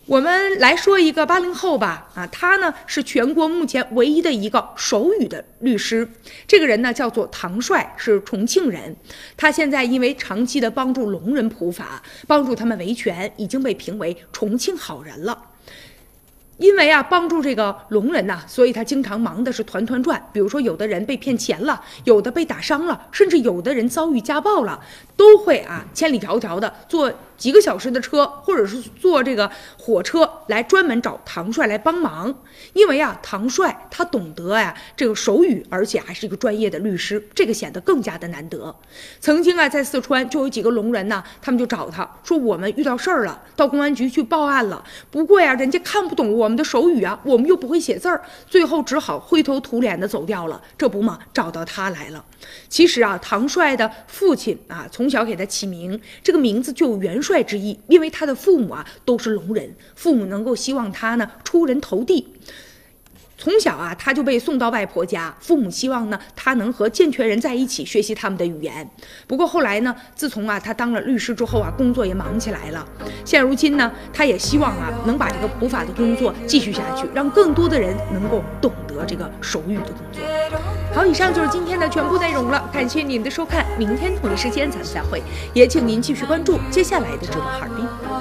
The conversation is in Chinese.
我们来说一个80后吧，他呢是全国目前唯一的一个手语的律师。这个人呢叫做唐帅，是重庆人。他现在因为长期的帮助聋人普法，帮助他们维权，已经被评为重庆好人了。因为帮助这个聋人所以他经常忙的是团团转。比如说，有的人被骗钱了，有的被打伤了，甚至有的人遭遇家暴了，都会千里迢迢的坐几个小时的车，或者是坐这个火车来专门找唐帅来帮忙。因为唐帅他懂得这个手语，而且还是一个专业的律师，这个显得更加的难得。曾经在四川就有几个聋人他们就找他说，我们遇到事儿了，到公安局去报案了，不过人家看不懂我们的手语我们又不会写字儿，最后只好灰头土脸的走掉了。这不嘛，找到他来了。其实唐帅的父亲从小给他起名，这个名字就有元帅之意，因为他的父母都是聋人，父母能够希望他呢出人头地。从小他就被送到外婆家，父母希望呢他能和健全人在一起学习他们的语言。不过后来呢，自从他当了律师之后工作也忙起来了。现如今呢，他也希望能把这个普法的工作继续下去，让更多的人能够懂得这个手语的工作。好，以上就是今天的全部内容了，感谢您的收看，明天同一时间咱们再会，也请您继续关注接下来的这个哈尔滨。